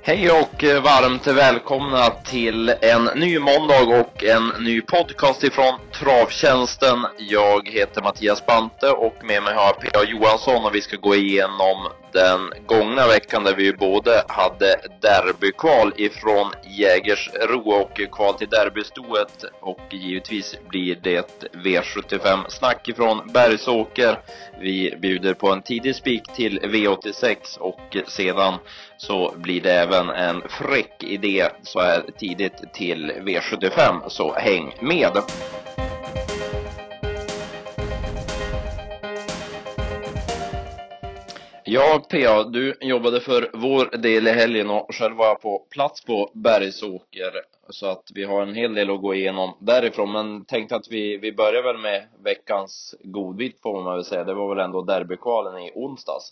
Hej och varmt välkomna till en ny måndag och en ny podcast ifrån Travtjänsten. Jag heter Mattias Bante och med mig har P.A. Johansson och vi ska gå igenom den gångna veckan där vi både hade derbykval ifrån Jägersro och kval till derbystoet, och givetvis blir det V75-snack ifrån Bergsåker. Vi bjuder på en tidig spik till V86 och sedan så blir det även en fräck idé så här tidigt till V75, så häng med! Ja, P.A., du jobbade för vår del i helgen och själv var jag på plats på Bergsåker, så att vi har en hel del att gå igenom därifrån. Men tänkte att vi börjar väl med veckans godbit, får man väl säga. Det var väl ändå derbykvalen i onsdags.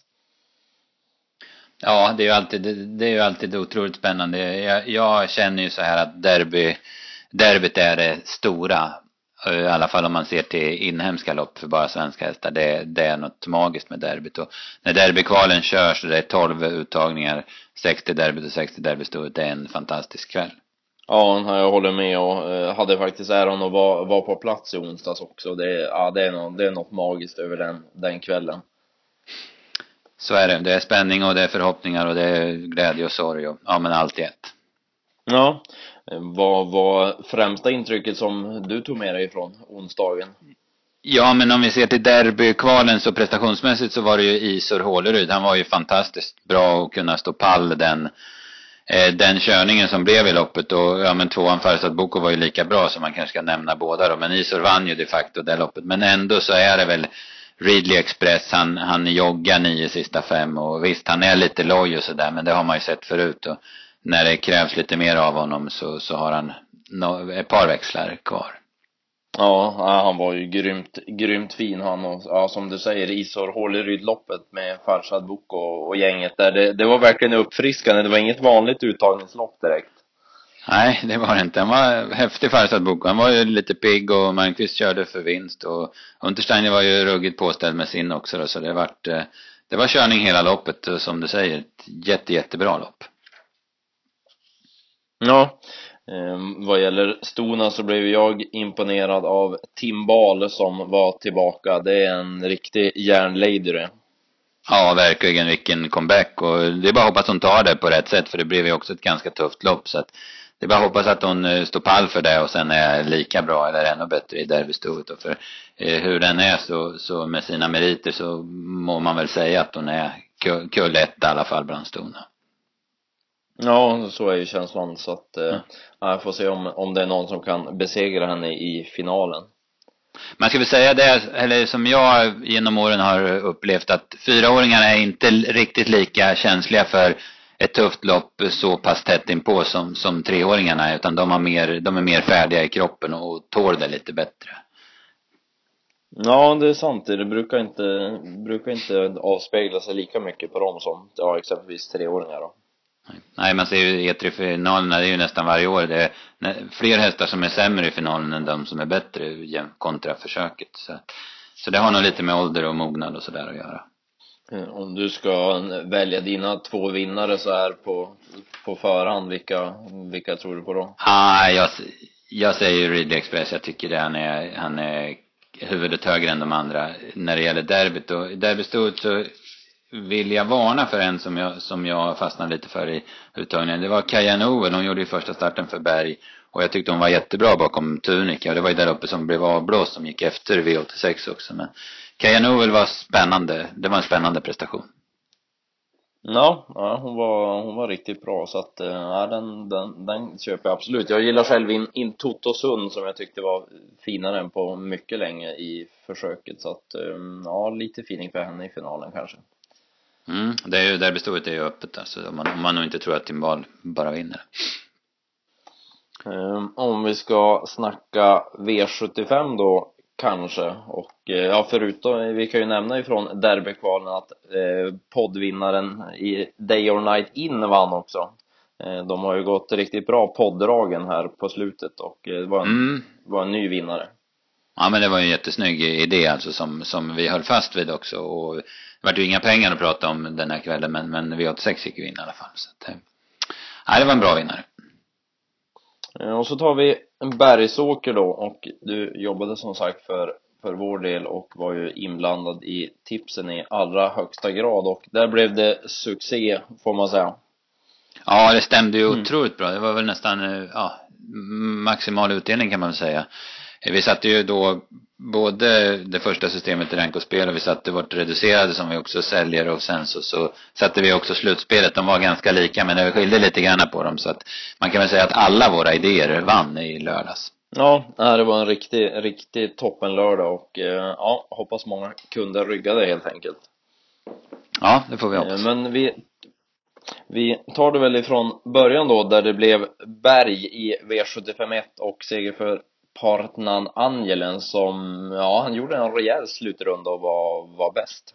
Ja, det är ju alltid otroligt spännande. Jag känner ju så här att derbyt är det stora. I alla fall om man ser till inhemska lopp för bara svenska hästar. Det är något magiskt med derbyt. Och när derbykvalen körs så det är 12 uttagningar, 60 derbyt och 60 derbystoet. Det är en fantastisk kväll. Ja, jag håller med och hade faktiskt äran att vara på plats i onsdags också. Det är något magiskt över den kvällen. Så är det. Det är spänning och det är förhoppningar och det är glädje och sorg och ja, men allt i ett. Ja, vad var främsta intrycket som du tog med dig ifrån onsdagen? Ja, men om vi ser till derbykvalen så prestationsmässigt så var det ju Isor Håleryd. Han var ju fantastiskt bra att kunna stå pall den körningen som blev i loppet. Och ja, men tvåan Farsad Boko var ju lika bra som man kanske ska nämna båda då. Men Isor vann ju de facto det loppet. Men ändå så är det väl Ridley Express, han joggar 9 sista 5 och visst han är lite loj och sådär, men det har man ju sett förut och när det krävs lite mer av honom så har han ett par växlar kvar. Ja, han var ju grymt fin han, och ja, som du säger, Isor Håleryd-loppet med Farsad Boko och gänget där, det var verkligen uppfriskande. Det var inget vanligt uttagningslopp direkt. Nej, det var det inte. Han var häftig Farsad Boko. Han var ju lite pigg och Malmqvist körde för vinst och Untersteiner var ju ruggigt påställd med sin också då, så det var körning hela loppet, som du säger, ett jättebra lopp. Ja, vad gäller stona så blev jag imponerad av Timbal som var tillbaka. Det är en riktig järnlady det. Ja, verkligen vilken comeback, och det är bara att hoppas hon tar det på rätt sätt, för det blev ju också ett ganska tufft lopp, så att det är bara att hoppas att hon står pall för det och sen är lika bra eller ännu bättre i derbystoet. Och för hur den är så med sina meriter så må man väl säga att hon är kullett i alla fall bland stona. Ja, så är ju känslan, så att jag får se om det är någon som kan besegra henne i finalen. Man ska väl säga det, eller som jag genom åren har upplevt, att 4-åringarna är inte riktigt lika känsliga för ett tufft lopp så pass tätt inpå som 3-åringarna, utan de är mer färdiga i kroppen och tål det lite bättre. Ja, det är sant. Det brukar inte avspegla sig lika mycket på dem som exempelvis 3-åringar då. Nej, man ser ju E3-finalerna, det är ju nästan varje år. Det är fler hästar som är sämre i finalen än de som är bättre kontra försöket. Så det har nog lite med ålder och mognad och sådär att göra. Om du ska välja dina 2 vinnare så här på förhand, vilka tror du på då? Jag säger ju Ridley Express. Jag tycker han är huvudet högre än de andra när det gäller derbyt. Och i derbystoet så vill jag varna för en som jag fastnade lite för i uttagningen. Det var Kajan Ovel. Hon gjorde ju första starten för Berg och jag tyckte hon var jättebra bakom Tunika, och det var ju där uppe som blev avblåst som gick efter V86 också. Men Kajan Ovel var spännande. Det var en spännande prestation. Ja, hon var riktigt bra, så att den köper jag absolut. Jag gillar själv in Totosund som jag tyckte var finare än på mycket länge i försöket, så att ja, lite feeling för henne i finalen kanske. Det är ju derbystoet är ju öppet alltså, om man nog inte tror att Timbal bara vinner. Om vi ska snacka V75 då kanske, och ja, förutom vi kan ju nämna ifrån derbykvalen att poddvinnaren i Day or Night In vann också. De har ju gått riktigt bra poddragen här på slutet, och det var en ny vinnare. Ja, men det var en jättesnygg idé alltså som vi höll fast vid också, och det var ju inga pengar att prata om den här kvällen, men V86 gick ju in i alla fall, så att, Nej, det var en bra vinnare. Och så tar vi Bergsåker då, och du jobbade som sagt för vår del och var ju inblandad i tipsen i allra högsta grad, och där blev det succé, får man säga. Ja, det stämde ju otroligt bra. Det var väl nästan maximal utdelning kan man väl säga. Vi satte ju då både det första systemet i rank och spel, och vi satte vårt reducerade som vi också säljer, och sen så satte vi också slutspelet. De var ganska lika, men det skilde lite grann på dem, så att man kan väl säga att alla våra idéer vann i lördags. Ja, det var en riktig toppenlördag, och ja, hoppas många kunder ryggade helt enkelt. Ja, det får vi hoppas. Men vi tar det väl ifrån början då, där det blev Berg i V75-1 och seger för Partnan Angelen, som, ja, han gjorde en rejäl slutrunda och var bäst.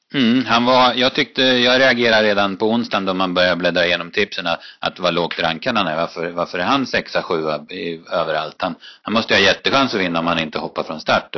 Jag reagerade redan på onsdagen då man började bläddra igenom tipsen att det var lågt rankad. Varför är han 6-7 överallt? Han måste ju ha jättechans att vinna om han inte hoppar från start.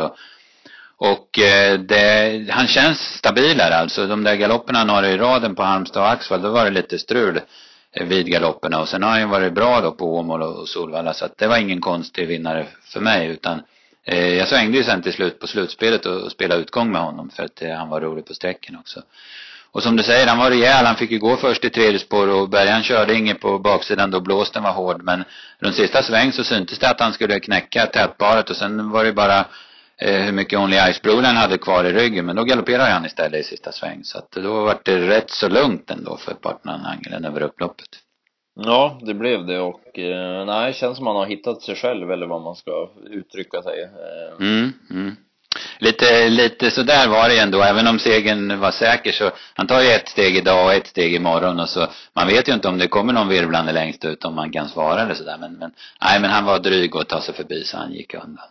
Han känns stabilare alltså. De där galopperna han har i raden på Halmstad och Axvall, då var det lite strul vid galopperna. Och sen har han ju varit bra då på Åmål och Solvalla, så att det var ingen konstig vinnare för mig, utan jag svängde ju sen till slut på slutspelet och spelade utgång med honom för att han var rolig på sträcken också. Och som du säger, han var rejäl. Han fick ju gå först i tredje spår, och Bergan körde inget på baksidan då blåsten var hård, men runt sista sväng så syntes det att han skulle knäcka tätparet, och sen var det bara hur mycket Only Ice-brolen hade kvar i ryggen, men då galopperade han istället i sista sväng, så att då var det rätt så lugnt ändå för Partnan Angelen över upploppet. Ja, det blev det, och nej, det känns som man har hittat sig själv, eller vad man ska uttrycka sig. Lite så där var det ändå, även om segern var säker, så han tar ju ett steg idag och ett steg imorgon, och så man vet ju inte om det kommer någon virvlande längst ut om man kan svara eller sådär, men han var dryg att ta sig förbi, så han gick undan.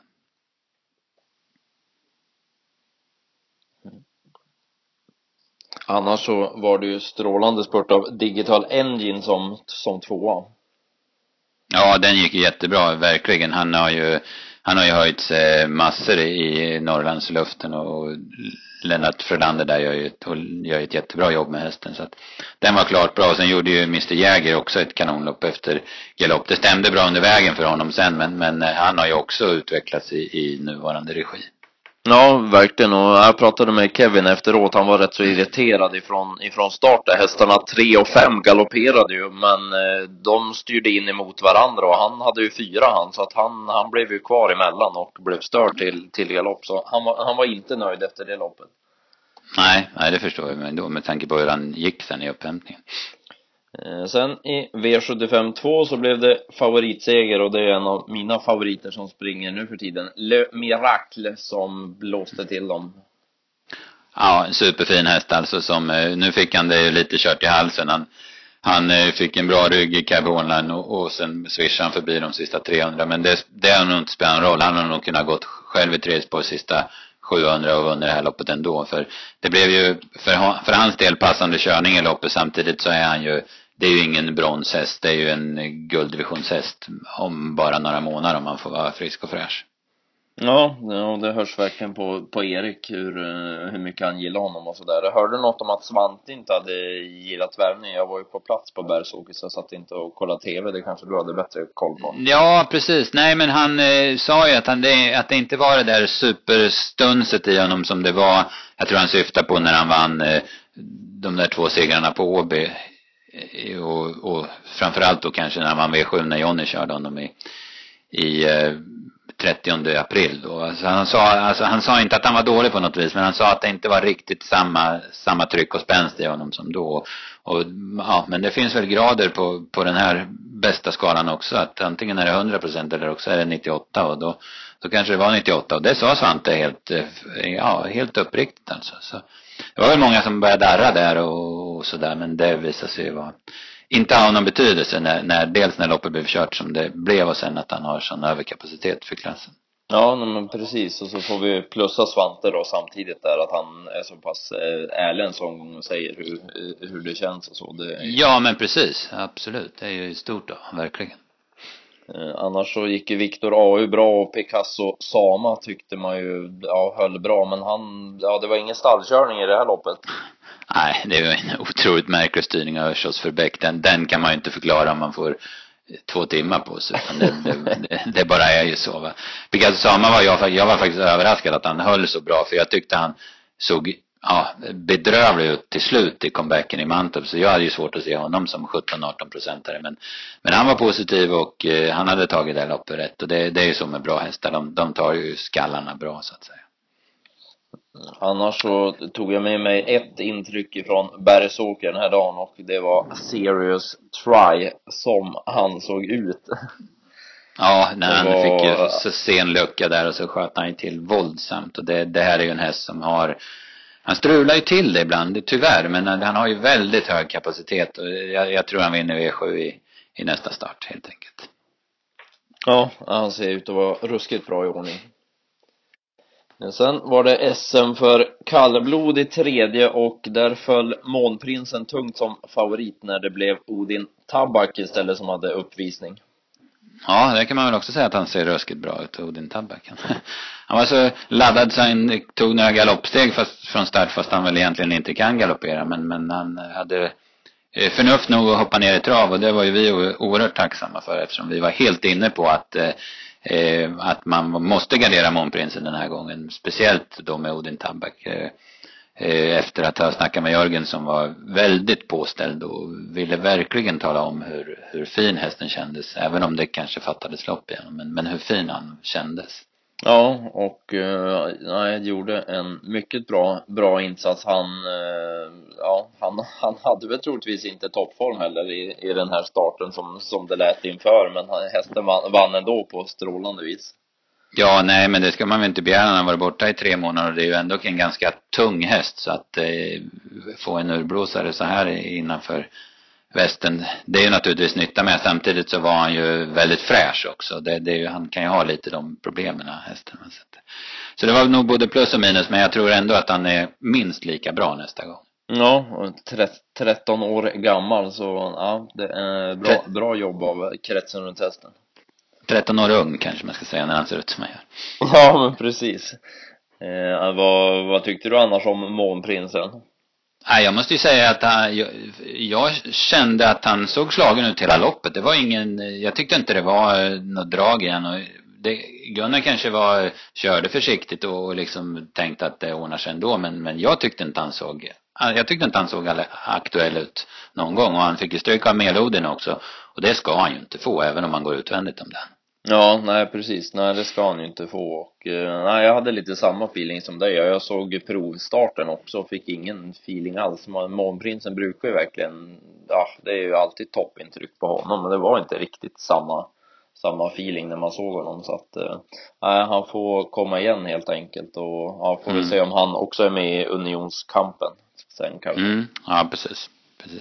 Annars så var det ju strålande spurt av Digital Engine som tvåa. Ja, den gick jättebra, verkligen. Han har ju höjt massor i Norrlandsluften, och Lennart Frölander där gör ett jättebra jobb med hästen, så att den var klart bra. Och sen gjorde ju Mr. Jäger också ett kanonlopp efter galopp. Det stämde bra under vägen för honom sen, men han har ju också utvecklats i nuvarande regi. Ja, verkligen. Och jag pratade med Kevin efteråt. Han var rätt så irriterad ifrån start. Hästarna 3 och 5 galopperade ju, men de styrde in emot varandra, och han hade ju 4 så att han blev ju kvar emellan och blev störd till galopp. Så han var inte nöjd efter det loppet. Nej, det förstår jag, men då med tanke på hur han gick sen i upphämtningen. Sen i V75-2 så blev det favoritseger, och det är en av mina favoriter som springer nu för tiden, Le Miracle, som blåste till dem. Ja, en superfin häst alltså, som nu fick han det lite kört i halsen. Han fick en bra rygg i Cab Online, och sen swishade han förbi de sista 300, men det har nog inte spelat någon roll. Han har nog kunnat gått själv i tredje spår sista 700 och vunnit det här loppet ändå, för det blev ju för hans del passande körning i loppet. Samtidigt så är det är ju ingen bronshäst, det är ju en gulddivisionshäst om bara några månader, om man får vara frisk och fräsch. Ja, det hörs verkligen på Erik hur mycket han gillar honom och sådär. Jag hörde något om att Svante inte hade gillat värvningen. Jag var ju på plats på Bergsåker, så jag satt inte och kollade tv. Det kanske du hade bättre koll på. Ja, precis. Nej, men han sa ju att det inte var det där superstunset i honom som det var. Jag tror han syftar på när han vann de där 2 segrarna på Åby. Och framförallt då kanske när man V7 när Johnny körde honom i 30 april då. Han sa inte att han var dålig på något vis, men han sa att det inte var riktigt samma tryck och spänst i honom som då. Och ja, men det finns väl grader på den här bästa skalan också, att antingen är det 100% eller också är det 98, och då kanske det var 98, och det sa Svante helt uppriktigt alltså. Så det var väl många som började darra där och sådär, men det visade sig vara inte ha någon betydelse när loppet blev kört som det blev, och sen att han har sån överkapacitet för klassen. Ja, men precis, och så får vi plussa Svante då samtidigt där, att han är så pass ärlig som säger hur det känns och så. Ja, men precis, absolut, det är ju stort då, verkligen. Annars så gick ju Victor A.U. bra, och Picasso Sama tyckte man ju höll bra, men det var ingen stallkörning i det här loppet. Nej, det är ju en otroligt märklig styrning av Örsås-Förbäck. Den kan man ju inte förklara om man får 2 timmar på sig, utan det bara är ju så, va. Vilket Sama jag var faktiskt överraskad att han höll så bra, för jag tyckte han såg bedrövlig ut till slut i comebacken i Mantorp, så jag hade ju svårt att se honom som 17-18%, men han var positiv och han hade tagit det loppet rätt, och det är ju så med bra hästar, de tar ju skallarna bra, så att säga. Annars så tog jag med mig ett intryck ifrån Bergsåker den här dagen, och det var Serious Try som han såg ut. Ja, när han fick ju så sen lucka där, och så sköt han till våldsamt, och det här är ju en häst som han strular ju till det ibland, tyvärr, men han har ju väldigt hög kapacitet, och jag tror han vinner V7 i nästa start, helt enkelt. Ja, han ser ut att vara ruskigt bra i ordning. Men sen var det SM för kallblod i tredje, och där föll Månprinsen tungt som favorit när det blev Odin Tabak istället som hade uppvisning. Ja, det kan man väl också säga att han ser ruskigt bra ut, Odin Tabak. Han var så laddad så han tog några galoppsteg från start, fast han väl egentligen inte kan galoppera, men han hade förnuft nog att hoppa ner i trav, och det var ju vi oerhört tacksamma för, eftersom vi var helt inne på att man måste gardera Månprinsen den här gången, speciellt då med Odin Tabak, efter att ha snackat med Jörgen, som var väldigt påställd och ville verkligen tala om hur fin hästen kändes, även om det kanske fattades lopp igen, men hur fin han kändes. Ja, och nej, gjorde en mycket bra insats. Han hade väl troligtvis inte toppform heller i den här starten som det lät inför, men hästen vann ändå på strålande vis. Ja, nej, men det ska man väl inte begära. Han har varit borta i 3 månader, och det är ju ändå en ganska tung häst, så att få en urblåsare så här innanför västen, det är ju naturligtvis nytta med. Samtidigt så var han ju väldigt fräsch också. Han kan ju ha lite de problemen, hästen. Så det var nog både plus och minus, men jag tror ändå att han är minst lika bra nästa gång. Ja, och 13 år gammal, så ja, det är bra jobb av kretsen runt hästen. 13 år ung kanske man ska säga, när han ser ut som han gör. Ja, men precis. Vad tyckte du annars om Månprinsen? Nej, jag måste ju säga att jag kände att han såg slagen ut hela loppet. Det var jag tyckte inte det var något drag igen, och Gunnar kanske körde försiktigt och liksom tänkte att det ordnar sig ändå, men jag tyckte inte han såg aktuell ut någon gång, och han fick ju stryk av Melodin också, och det ska han ju inte få, även om han går utvändigt om den. Ja, nej precis, nej det ska han ju inte få, och nej, jag hade lite samma feeling som dig. Jag såg provstarten också och fick ingen feeling alls. Månprinsen brukar ju verkligen, ja, det är ju alltid toppintryck på honom, men det var inte riktigt samma feeling när man såg honom, så att han får komma igen helt enkelt, och ja, får vi se om han också är med i unionskampen sen kanske. Ja, precis.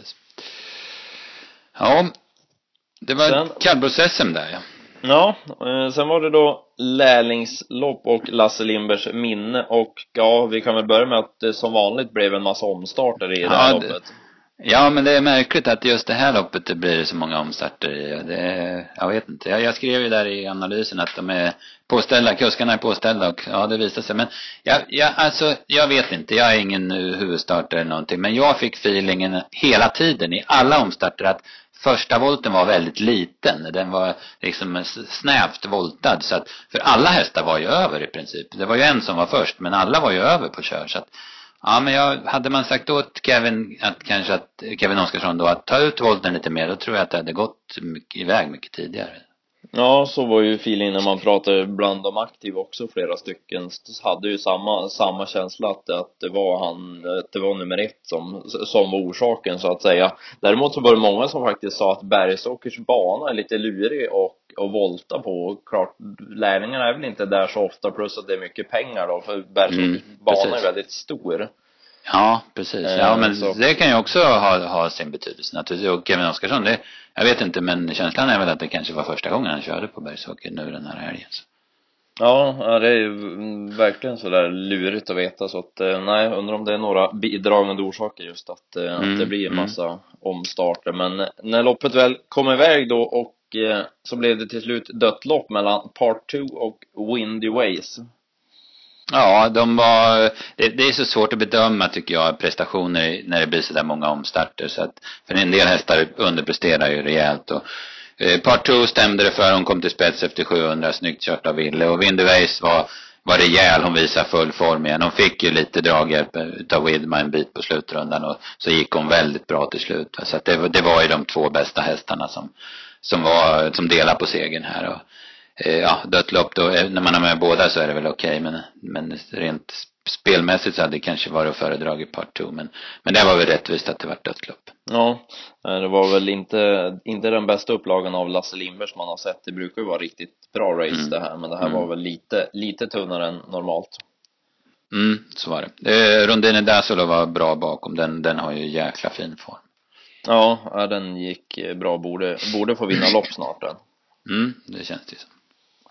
Ja, det var kallblods-SM där, ja. Ja, sen var det då lärlingslopp och Lasse Lindbergs minne, och ja, vi kan väl börja med att det som vanligt blev en massa omstarter i det här loppet. Ja, men det är märkligt att just det här loppet det blir så många omstarter i. Jag vet inte. Jag skrev ju där i analysen att de är påställda, kuskarna är påställda, och ja, det visar sig. Men jag vet inte, jag är ingen huvudstartare eller någonting, men jag fick feelingen hela tiden i alla omstarter att första volten var väldigt liten. Den var liksom snävt voltad, så att för alla hästar var ju över i princip. Det var ju en som var först, men alla var ju över på kör, så att ja, men hade man sagt åt Kevin Oskarsson då att ta ut volten lite mer, då tror jag att det hade gått iväg mycket tidigare. Ja, så var ju feelingen när man pratade bland de aktiva också. Flera stycken hade ju samma känsla att det var nummer 1 som var orsaken, så att säga. Däremot så var det många som faktiskt sa att Bergsåkers bana är lite lurig och volta på. Klart, lärlingarna är väl inte där så ofta, plus att det är mycket pengar då, för Bergsåkers bana är väldigt stor. Ja, precis. Ja, men så det kan ju också ha sin betydelse naturligtvis. Och Kevin Oskarsson, jag vet inte, men känslan är väl att det kanske var första gången han körde på Bergsåker nu den här helgen. Ja, det är ju verkligen så där lurigt att veta, så att nej, undrar om det är några bidragande orsaker just att det blir en massa omstarter. Men när loppet väl kom iväg då, och så blev det till slut dött lopp mellan Part 2 och Windy Ways. Ja, de var, det är så svårt att bedöma tycker jag prestationer när det blir så där många omstarter, så att för en del hästar underpresterar ju rejält och Part 2 stämde det för, hon kom till spets efter 700, snyggt kört av Ville, och Winderways var rejäl, hon visade full form igen. Hon fick ju lite draghjälp utav Widma en bit på slutrundan och så gick hon väldigt bra till slut. Så att det var ju de två bästa hästarna som delar på segern här. Och ja, dött lopp då, när man har med båda så är det väl okej, men rent spelmässigt så hade det kanske varit att föredra i Part 2, men det var väl rättvist att det var dött lopp. Ja, det var väl inte den bästa upplagan av Lasse Lindberg som man har sett. Det brukar ju vara riktigt bra race det här, men det här var väl lite tunnare än normalt. Så var det. Rondine Dazzolo var bra bakom, den har ju jäkla fin form. Ja, den gick bra, borde få vinna lopp snart den. Det känns det som.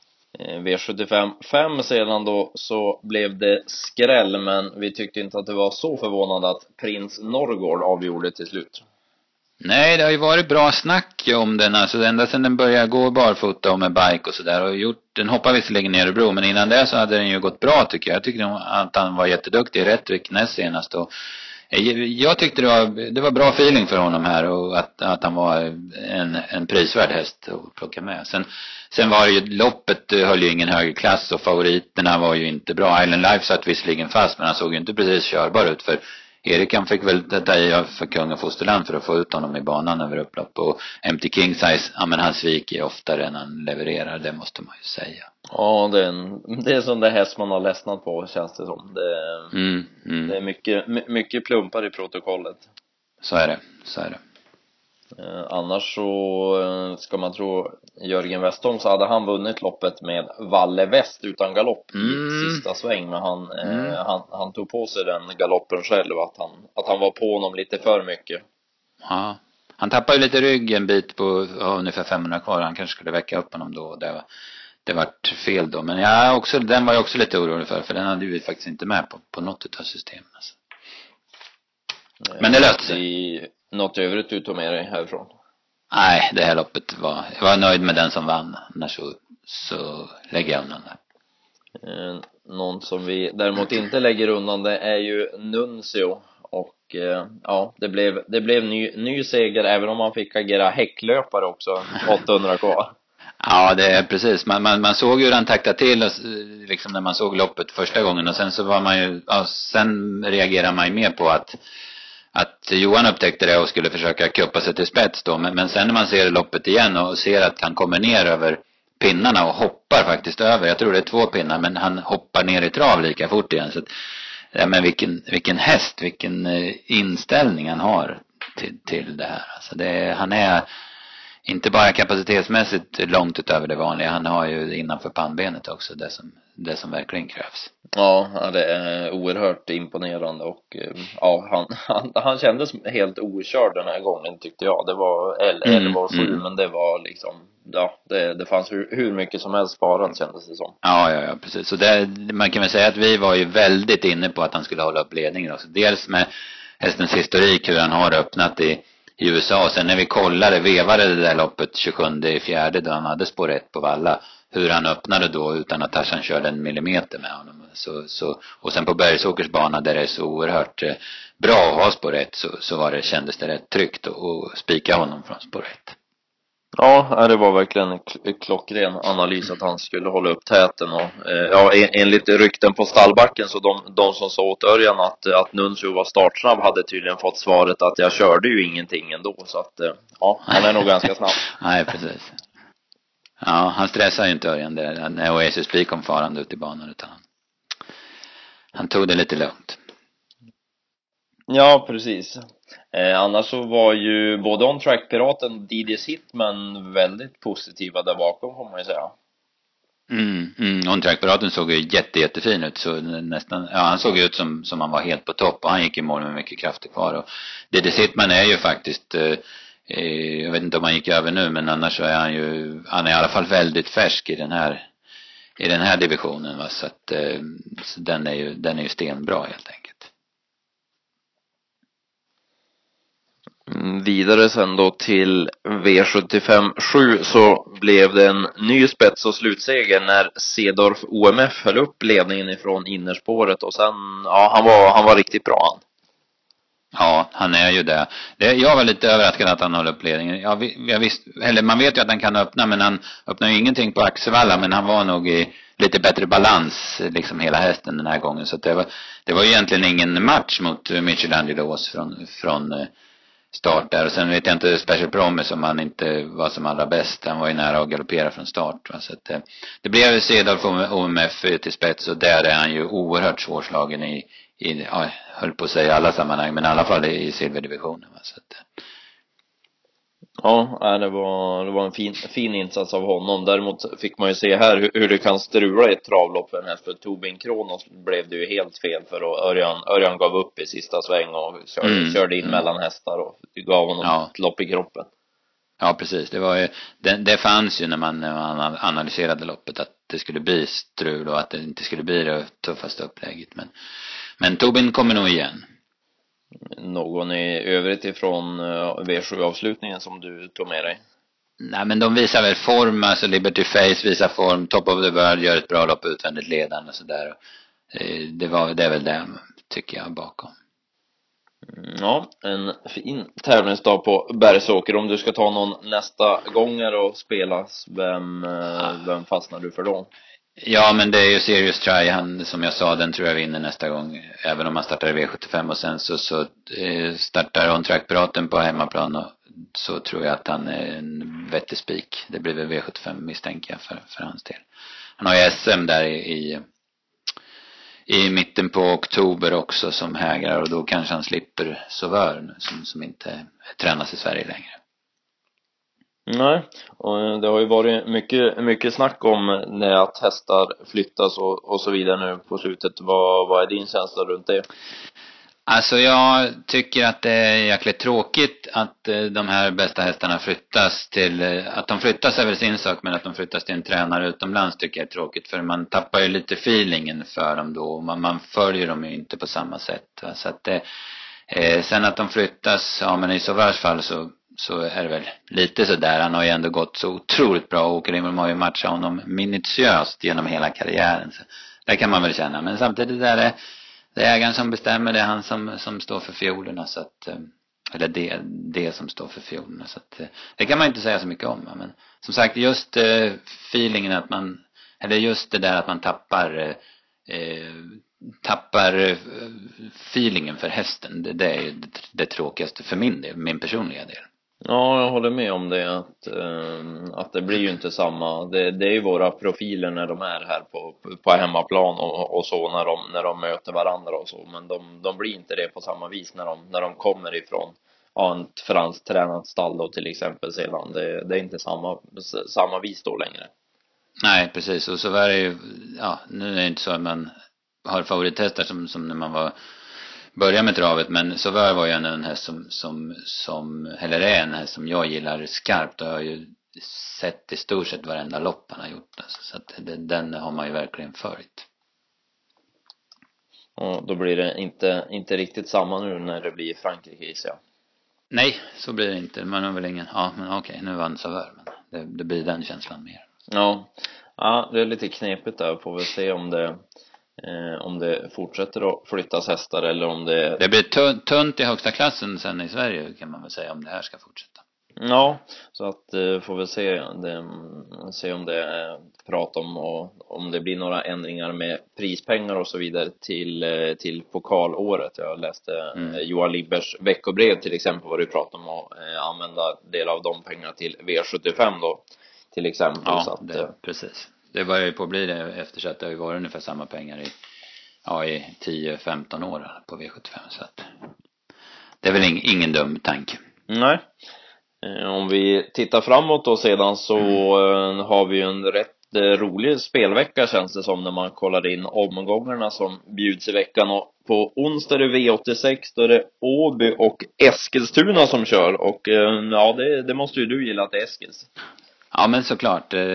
V75 sedan då så blev det skräll, men vi tyckte inte att det var så förvånande att Prins Norrgård avgjorde till slut. Nej, det har ju varit bra snack om den, alltså ända sedan den började gå barfota och med bike och sådär, och den hoppar visserligen ner i bro, men innan det så hade den ju gått bra tycker jag. Jag tyckte att han var jätteduktig i Rättvik näst senast, och jag tyckte det var bra feeling för honom här, och att han var en prisvärd häst att plocka med. Sen var det ju, loppet höll ju ingen högre klass och favoriterna var ju inte bra. Island Life satt visserligen fast, men han såg ju inte precis körbar ut, för Erik han fick väl detta i för kung och fosterland för att få ut honom i banan över upplopp. Och Empty King Size, ja men han sviker oftare än han levererar, det måste man ju säga. Ja, det är sån där häst man har ledsnat på, känns det som. Det är mycket plumpar i protokollet. Så är det. Annars så ska man tro Jörgen Westholm, så hade han vunnit loppet med Valle Väst utan galopp i sista sväng, men han tog på sig den galoppen själv, att han var på honom lite för mycket. Ja, han tappade ju lite rygg en bit på ungefär 500 kvar, han kanske skulle väcka upp honom då, och det vart fel då, men den var jag också lite orolig för den hade vi faktiskt inte med på något av systemen alltså. Men det löste sig. Något övrigt du tog med dig härifrån? Nej, det här loppet jag var nöjd med den som vann. Annars så lägger jag undan det. Någon som vi däremot inte lägger undan det är ju Nuncio. Och ja, det blev ny seger, även om man fick agera häcklöpare också, 800 kvar. Ja, det är precis. Man såg ju hur han taktade till liksom när man såg loppet första gången, och sen så var man ju, sen reagerar man ju mer på att Johan upptäckte det och skulle försöka kuppa sig till spets då, men sen när man ser loppet igen och ser att han kommer ner över pinnarna och hoppar faktiskt över, jag tror det är 2 pinnar, men han hoppar ner i trav lika fort igen, så att, ja, men vilken häst, vilken inställning han har till det här, alltså han är inte bara kapacitetsmässigt långt utöver det vanliga, han har ju innanför pannbenet också det som verkligen krävs. Ja, det är oerhört imponerande, och ja, han kändes helt okörd den här gången tyckte jag. Det var 11-7, men det var liksom, ja, det fanns hur mycket som helst sparat, kändes det som. Ja, precis. Så man kan väl säga att vi var ju väldigt inne på att han skulle hålla upp ledningen också. Dels med hästens historik, hur han har öppnat i USA, och sen när vi vevade det där loppet 27/4 då han hade spår 1 på Valla, hur han öppnade då utan att Tarzan körde 1 millimeter med honom, så och sen på Bergsåkers bana där det är så oerhört bra att ha spår 1, så kändes det rätt tryggt att spika honom från spår 1. Ja, det var verkligen en klockren analys att han skulle hålla upp täten, och ja, enligt rykten på stallbacken, så de som sa åt Örjan att Nuncio var startsnabb hade tydligen fått svaret att jag körde ju ingenting ändå, så att ja, han är nog ganska snabb. Nej, precis. Ja, han stressar ju inte Örjan där när Oasis Peak kom farande ut i banan, utan han tog det lite lugnt. Ja, precis. Annars så var ju både On Track Piraten och DD's Hitman väldigt positiva där bakom, får man ju säga. On Track Piraten såg ju jättefin ut, så nästan, ja, han såg ut som han var helt på topp, och han gick i mål med mycket krafter kvar, och DD's Hitman är ju faktiskt jag vet inte om han gick över nu, men annars så är han är i alla fall väldigt färsk i den här divisionen, va? Så att så den är ju stenbra helt enkelt. Vidare sen då till V75-7 så blev det en ny spets och slutseger när Cedorf OMF höll upp ledningen ifrån innerspåret och sen, ja, han var riktigt bra han. Ja, han är ju det. Jag var lite överraskad att han håller upp ledningen. Jag visst, eller man vet ju att han kan öppna, men han öppnar ju ingenting på Axevalla, men han var nog i lite bättre balans liksom hela hästen den här gången. Så det var ju egentligen ingen match mot Michelangelo från start där. Och sen vet jag inte Special Promise om han inte var som allra bäst. Han var ju nära att galoppera från start. Va? Så att, det blev Cedorf OMF till spets, och där är han ju oerhört svårslagen i ja, höll på att säga alla sammanhang, men i alla fall i silverdivisionen. Va? Så att, ja, det var en fin insats av honom. Däremot fick man ju se här hur det kan strula i ett travlopp för en häst. För Tobin Kronos blev det ju helt fel för, och Örjan gav upp i sista sväng och körde in mellan hästar och gav honom ett lopp i kroppen. Ja, precis. Det var ju, det fanns ju när man analyserade loppet att det skulle bli strul och att det inte skulle bli det tuffaste upplägget. Men Tobin kommer nog igen. Någon i övrigt ifrån V7-avslutningen som du tog med dig? Nej, men de visar väl form, alltså Liberty Face visar form, Top of the World gör ett bra lopp utvändigt ledande och sådär. Det är väl det, tycker jag, bakom. Ja, en fin tävlingsdag på Bergsåker. Om du ska ta någon nästa gånger och spelas, vem fastnar du för då? Ja, men det är ju Serious Try, han, som jag sa, den tror jag vinner nästa gång, även om han startar i V75. Och sen så startar On Track-piraten på hemmaplan, och så tror jag att han är en vettig spik. Det blir väl V75, misstänker jag, för hans del. Han har ju SM där i mitten på oktober också som hägrar, och då kanske han slipper Sauveur som inte tränas i Sverige längre. Nej, och det har ju varit mycket snack om när att hästar flyttas och så vidare nu på slutet. Vad är din känsla runt det? Alltså jag tycker att det är jäkligt tråkigt att de här bästa hästarna flyttas till, att de flyttas är väl sin sak, men att de flyttas till en tränare utomlands tycker jag är tråkigt, för man tappar ju lite feelingen för dem då, man följer dem ju inte på samma sätt. Så att sen att de flyttas, ja, men i Sauveurs fall så är det väl lite så där. Han har ju ändå gått så otroligt bra, och Åkerhimmel har ju matchat honom minutiöst genom hela karriären. Så det kan man väl känna, men samtidigt är det är ägaren som bestämmer, det är han som står för fiolerna, så att, eller det som står för fiolerna, så att, det kan man inte säga så mycket om. Men som sagt, just feelingen att man, eller just det där att man tappar feelingen för hästen, det är det tråkigaste för min del, min personliga del. Ja, jag håller med om det, att det blir ju inte samma. Det är ju våra profiler när de är här på hemmaplan och så, när de möter varandra och så, men de blir inte det på samma vis när de kommer ifrån en franskt tränat stall då, till exempel sedan. Det är inte samma vis då längre. Nej, precis. Och så var det ju, ja, nu är det inte så att man har favorithästar som när man börjar med travet, men Sauveur var ju en häst eller är en häst som jag gillar skarpt, och jag har ju sett i stort sett varenda lopp han har gjort, alltså, så att den har man ju verkligen följt. Och då blir det inte riktigt samma nu när det blir Frankrike, så ja. Nej, så blir det inte. Man har väl ingen, ja, men okej, nu vann Sauveur, men det blir den känslan mer. Ja, det är lite knepigt där. Får vi se om det fortsätter att flyttas hästar, eller om det blir tunt i högsta klassen sen i Sverige, kan man väl säga, om det här ska fortsätta. Ja, så att får vi se om det är prat om det blir några ändringar med prispengar och så vidare till pokalåret. Jag läste Johan Libbers veckobrev till exempel, vad du pratar om att använda del av de pengarna till V75 då till exempel. Ja, så att, precis. Det börjar ju på att bli det, eftersom det har ju varit ungefär samma pengar i 10-15 år på V75, så att det är väl ingen dum tanke. Nej. Om vi tittar framåt då sedan, så har vi ju en rätt rolig spelvecka, känns det som, när man kollar in omgångarna som bjuds i veckan. Och på onsdag är det V86, då är det Åby och Eskilstuna som kör. Och ja, det måste ju du gilla, att det är Eskils. Ja, men såklart.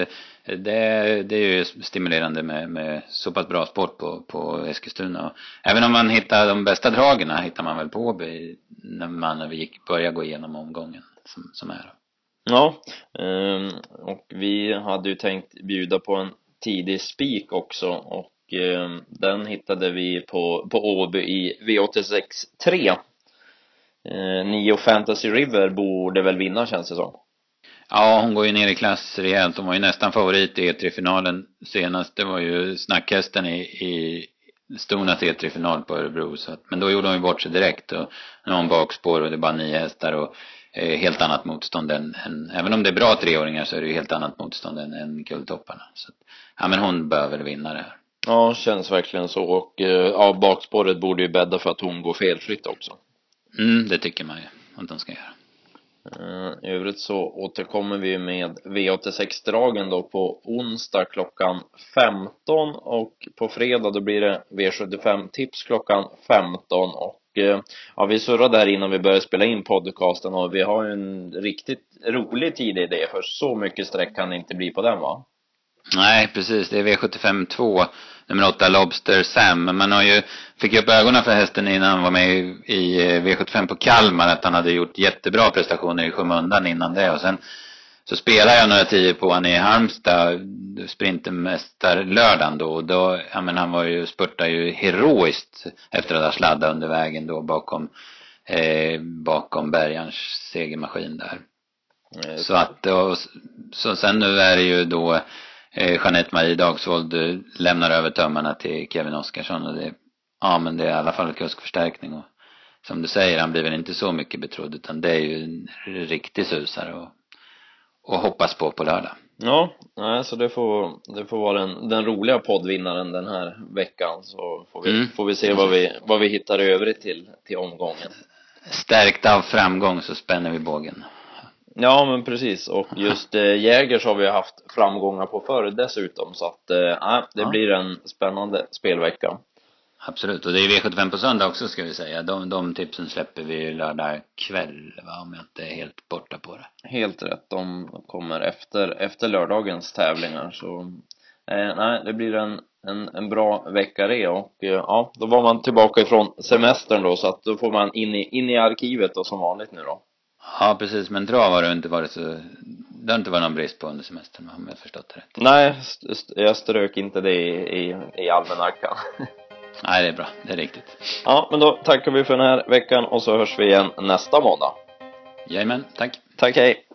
det är ju stimulerande med så pass bra sport på Eskilstuna. Och även om man hittar de bästa dragerna hittar man väl på Åby när vi börjar gå igenom omgången som är. Ja, och vi hade ju tänkt bjuda på en tidig spik också, och den hittade vi på Åby i V86 3. 9 Fantasy River borde väl vinna, känns det som. Ja, hon går ju ner i klass rejält. Hon var ju nästan favorit i E3-finalen senast. Det var ju snackhästen i Stonas E3-final på Örebro. Men då gjorde hon ju bort sig direkt. Och nu har hon bakspår och det är bara 9 hästar och helt annat motstånd även om det är bra 3-åringar så är det ju helt annat motstånd än guldtopparna. Så ja, men hon behöver vinna det här. Ja, känns verkligen så. Och ja, bakspåret borde ju bädda för att hon går felfritt också. Det tycker man ju att de ska göra. I övrigt så återkommer vi med V86-dragen då på onsdag klockan 15, och på fredag då blir det V75-tips klockan 15. Och ja, vi surrade där innan vi började spela in podcasten, och vi har ju en riktigt rolig tid i det, för så mycket sträck kan det inte bli på den, va? Nej, precis. Det är V75-2, nummer 8, Lobster Sam. Men man har ju, fick ju upp ögonen för hästen innan han var med i V75 på Kalmar, att han hade gjort jättebra prestationer i skymundan innan det. Och sen så spelar jag några 10 på han i Halmstad, sprintermästarlördagen då. Och då, ja men han var ju, spurtade ju heroiskt efter att ha sladdat under vägen då bakom Bergans segermaskin där. Så att, så sen nu är det ju då Jeanette Marie Dagsvold lämnar över tömmarna till Kevin Oskarsson, och men det är i alla fall en kuskförstärkning, och som du säger, han blir väl inte så mycket betrodd, utan det är ju en riktig susare och hoppas på lördag. Ja, så det får vara den roliga poddvinnaren den här veckan, så får vi se vad vi hittar i övrigt till omgången. Stärkt av framgång så spänner vi bågen. Ja, men precis. Och just Jägers har vi haft framgångar på förr dessutom. Så att det blir en spännande spelvecka. Absolut, och det är V75 på söndag också, ska vi säga. De tipsen släpper vi lördag kväll, va? Om jag inte är helt borta på det. Helt rätt, de kommer efter lördagens tävlingar. Så det blir en bra vecka det. Och ja, då var man tillbaka ifrån semestern då. Så att då får man in i arkivet då, som vanligt nu då. Ja, precis, men trav har det inte varit någon brist på under semestern, om jag förstått det rätt. Nej, jag strök inte det i almanackan. Nej, det är bra, det är riktigt. Ja, men då tackar vi för den här veckan, och så hörs vi igen nästa måndag. Jajamän, tack. Tack, hej.